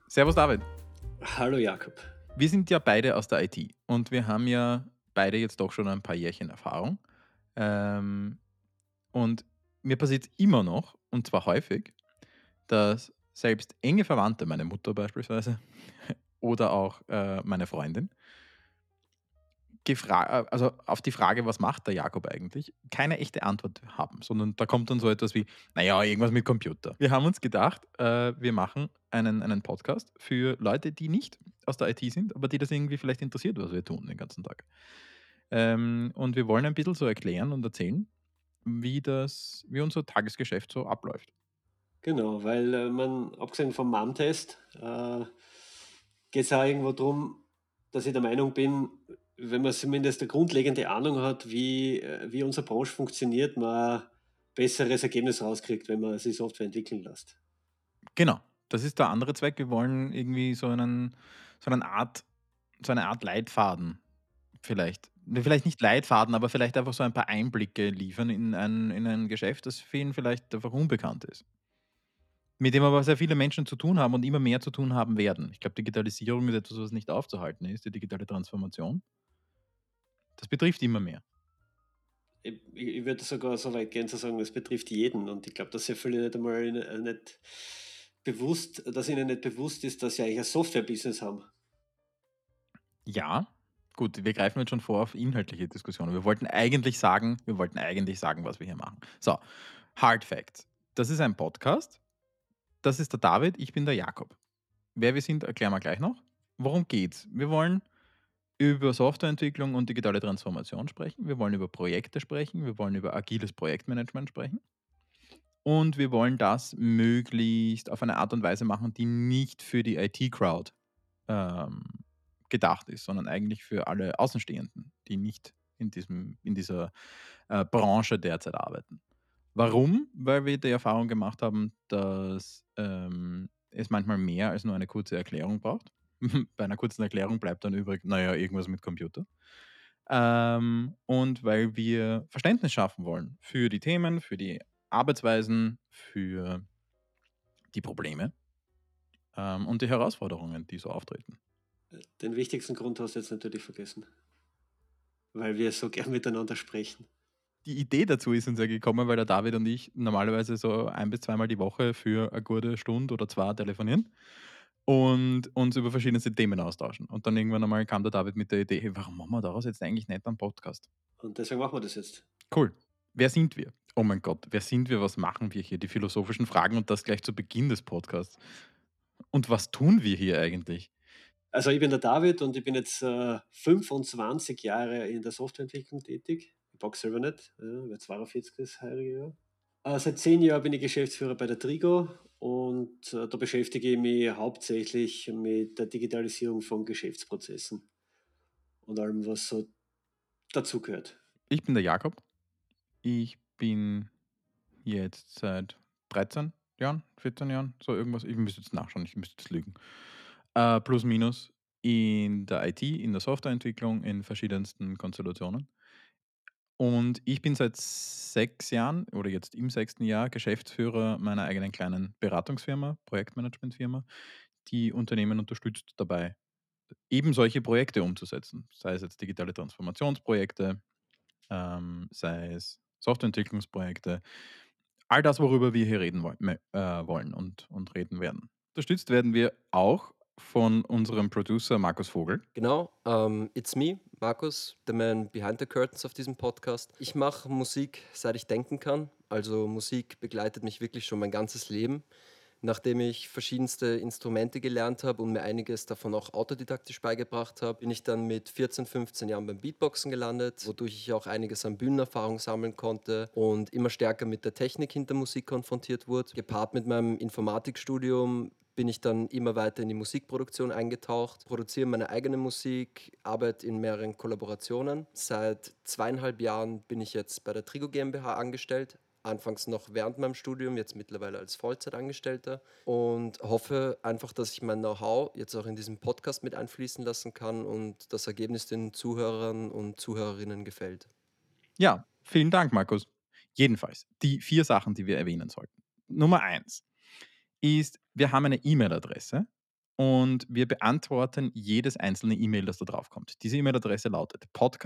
Servus David. Hallo Jakob. Wir sind ja beide aus der IT und wir haben ja beide jetzt doch schon ein paar Jährchen Erfahrung. Ähm, und mir passiert immer noch, und zwar häufig, dass selbst enge Verwandte, meine Mutter beispielsweise, oder auch meine Freundin, also auf die Frage, was macht der Jakob eigentlich, keine echte Antwort haben, sondern da kommt dann so etwas wie, naja, irgendwas mit Computer. Wir haben uns gedacht, wir machen einen Podcast für Leute, die nicht aus der IT sind, aber die das irgendwie vielleicht interessiert, was wir tun den ganzen Tag. Und wir wollen ein bisschen so erklären und erzählen, wie unser Tagesgeschäft so abläuft. Genau, weil abgesehen vom Mom-Test, geht es auch irgendwo darum, dass ich der Meinung bin, wenn man zumindest eine grundlegende Ahnung hat, wie unsere Branche funktioniert, man ein besseres Ergebnis rauskriegt, wenn man sich Software entwickeln lässt. Genau, das ist der andere Zweck. Wir wollen irgendwie so, einen Art, so eine Art Leitfaden vielleicht. Ne, vielleicht nicht Leitfaden, aber vielleicht einfach so ein paar Einblicke liefern in ein Geschäft, das vielen vielleicht einfach unbekannt ist. Mit dem aber sehr viele Menschen zu tun haben und immer mehr zu tun haben werden. Ich glaube, Digitalisierung ist etwas, was nicht aufzuhalten ist, die digitale Transformation. Das betrifft immer mehr. Ich würde sogar so weit gehen zu sagen, es betrifft jeden. Und ich glaube, dass sehr viele nicht einmal nicht bewusst, dass ihnen nicht bewusst ist, dass sie eigentlich ein Software-Business haben. Ja, gut, wir greifen jetzt schon vor auf inhaltliche Diskussionen. Wir wollten eigentlich sagen, was wir hier machen. So, Hard Facts. Das ist ein Podcast. Das ist der David, ich bin der Jakob. Wer wir sind, erklären wir gleich noch. Worum geht's? Wir wollen über Softwareentwicklung und digitale Transformation sprechen. Wir wollen über Projekte sprechen. Wir wollen über agiles Projektmanagement sprechen. Und wir wollen das möglichst auf eine Art und Weise machen, die nicht für die IT-Crowd ähm, gedacht ist, sondern eigentlich für alle Außenstehenden, die nicht in dieser Branche derzeit arbeiten. Warum? Weil wir die Erfahrung gemacht haben, dass es manchmal mehr als nur eine kurze Erklärung braucht. Bei einer kurzen Erklärung bleibt dann übrig, naja, irgendwas mit Computer. Und weil wir Verständnis schaffen wollen für die Themen, für die Arbeitsweisen, für die Probleme und die Herausforderungen, die so auftreten. Den wichtigsten Grund hast du jetzt natürlich vergessen, weil wir so gern miteinander sprechen. Die Idee dazu ist uns ja gekommen, weil der David und ich normalerweise so ein bis zweimal die Woche für eine gute Stunde oder zwei telefonieren und uns über verschiedenste Themen austauschen. Und dann irgendwann einmal kam der David mit der Idee: „Hey, warum machen wir daraus jetzt eigentlich nicht einen Podcast?“ Und deswegen machen wir das jetzt. Cool. Wer sind wir? Oh mein Gott, wer sind wir? Was machen wir hier? Die philosophischen Fragen und das gleich zu Beginn des Podcasts. Und was tun wir hier eigentlich? Also ich bin der David und ich bin jetzt 25 Jahre in der Softwareentwicklung tätig. Ich boxe selber nicht, werde 42 das heurige Jahr. Seit 10 Jahren bin ich Geschäftsführer bei der Trigo und da beschäftige ich mich hauptsächlich mit der Digitalisierung von Geschäftsprozessen und allem, was so dazugehört. Ich bin der Jakob. Ich bin jetzt seit 13 Jahren, 14 Jahren, so irgendwas. Ich müsste jetzt nachschauen, ich müsste jetzt lügen. Plus minus in der IT, in der Softwareentwicklung, in verschiedensten Konstellationen. Und ich bin seit 6 Jahren oder jetzt im sechsten Jahr Geschäftsführer meiner eigenen kleinen Beratungsfirma, Projektmanagementfirma, die Unternehmen unterstützt dabei, eben solche Projekte umzusetzen. Sei es jetzt digitale Transformationsprojekte, sei es Softwareentwicklungsprojekte, all das, worüber wir hier reden wollen und reden werden. Unterstützt werden wir auch von unserem Producer Markus Vogel. Genau, it's me, Markus, the man behind the curtains auf diesem Podcast. Ich mache Musik, seit ich denken kann. Also Musik begleitet mich wirklich schon mein ganzes Leben. Nachdem ich verschiedenste Instrumente gelernt habe und mir einiges davon auch autodidaktisch beigebracht habe, bin ich dann mit 14, 15 Jahren beim Beatboxen gelandet, wodurch ich auch einiges an Bühnenerfahrung sammeln konnte und immer stärker mit der Technik hinter Musik konfrontiert wurde. Gepaart mit meinem Informatikstudium bin ich dann immer weiter in die Musikproduktion eingetaucht, produziere meine eigene Musik, arbeite in mehreren Kollaborationen. Seit 2,5 Jahren bin ich jetzt bei der Trigo GmbH angestellt. Anfangs noch während meinem Studium, jetzt mittlerweile als Vollzeitangestellter und hoffe einfach, dass ich mein Know-how jetzt auch in diesem Podcast mit einfließen lassen kann und das Ergebnis den Zuhörern und Zuhörerinnen gefällt. Ja, vielen Dank, Markus. Jedenfalls, die 4 Sachen, die wir erwähnen sollten. Nummer eins ist, wir haben eine E-Mail-Adresse und wir beantworten jedes einzelne E-Mail, das da drauf kommt. Diese E-Mail-Adresse lautet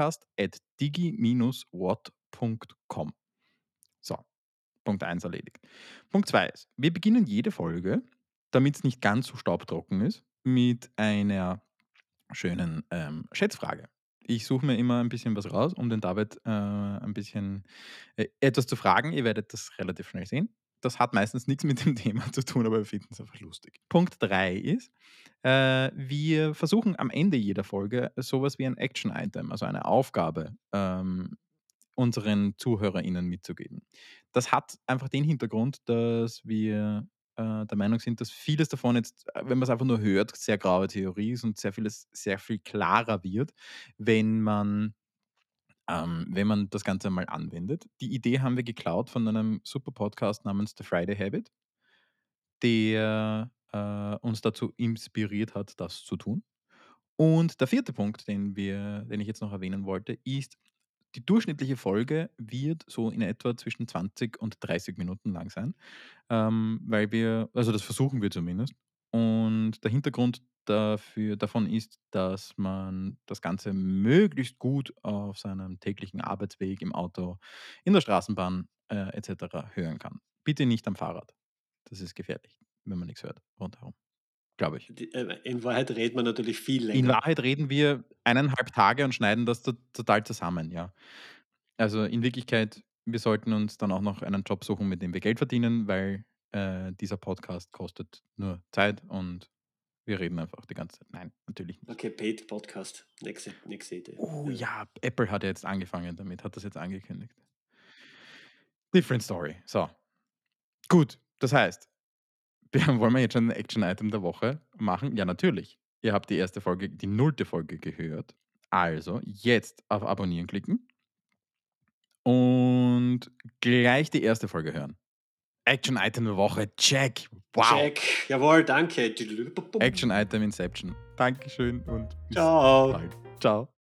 podcast@digi-watt.com. So, Punkt 1 erledigt. Punkt 2 ist, wir beginnen jede Folge, damit es nicht ganz so staubtrocken ist, mit einer schönen Schätzfrage. Ich suche mir immer ein bisschen was raus, um den David ein bisschen etwas zu fragen. Ihr werdet das relativ schnell sehen. Das hat meistens nichts mit dem Thema zu tun, aber wir finden es einfach lustig. Punkt 3 ist, wir versuchen am Ende jeder Folge sowas wie ein Action-Item, also eine Aufgabe, unseren ZuhörerInnen mitzugeben. Das hat einfach den Hintergrund, dass wir der Meinung sind, dass vieles davon jetzt, wenn man es einfach nur hört, sehr graue Theorie ist und sehr vieles sehr viel klarer wird, wenn man das Ganze mal anwendet. Die Idee haben wir geklaut von einem super Podcast namens The Friday Habit, der uns dazu inspiriert hat, das zu tun. Und der vierte Punkt, den ich jetzt noch erwähnen wollte, ist, die durchschnittliche Folge wird so in etwa zwischen 20 und 30 Minuten lang sein, weil also das versuchen wir zumindest. Und der Hintergrund davon ist, dass man das Ganze möglichst gut auf seinem täglichen Arbeitsweg, im Auto, in der Straßenbahn etc. hören kann. Bitte nicht am Fahrrad. Das ist gefährlich, wenn man nichts hört rundherum, glaube ich. In Wahrheit redet man natürlich viel In länger. Wahrheit reden wir 1,5 Tage und schneiden das total zusammen, ja. Also, in Wirklichkeit, wir sollten uns dann auch noch einen Job suchen, mit dem wir Geld verdienen, weil, dieser Podcast kostet nur Zeit und wir reden einfach die ganze Zeit. Nein, natürlich nicht. Okay, Paid Podcast. Nächste Idee. Oh ja, Apple hat ja jetzt angefangen damit, hat das jetzt angekündigt. Different story. So, gut, das heißt, wollen wir jetzt schon ein Action-Item der Woche machen? Ja, natürlich. Ihr habt die erste Folge, die 0. Folge gehört. Also, jetzt auf Abonnieren klicken und gleich die erste Folge hören. Action-Item der Woche, check. Wow. Check. Jawohl, danke. Action-Item Inception. Dankeschön und bis Ciao. bald. Ciao.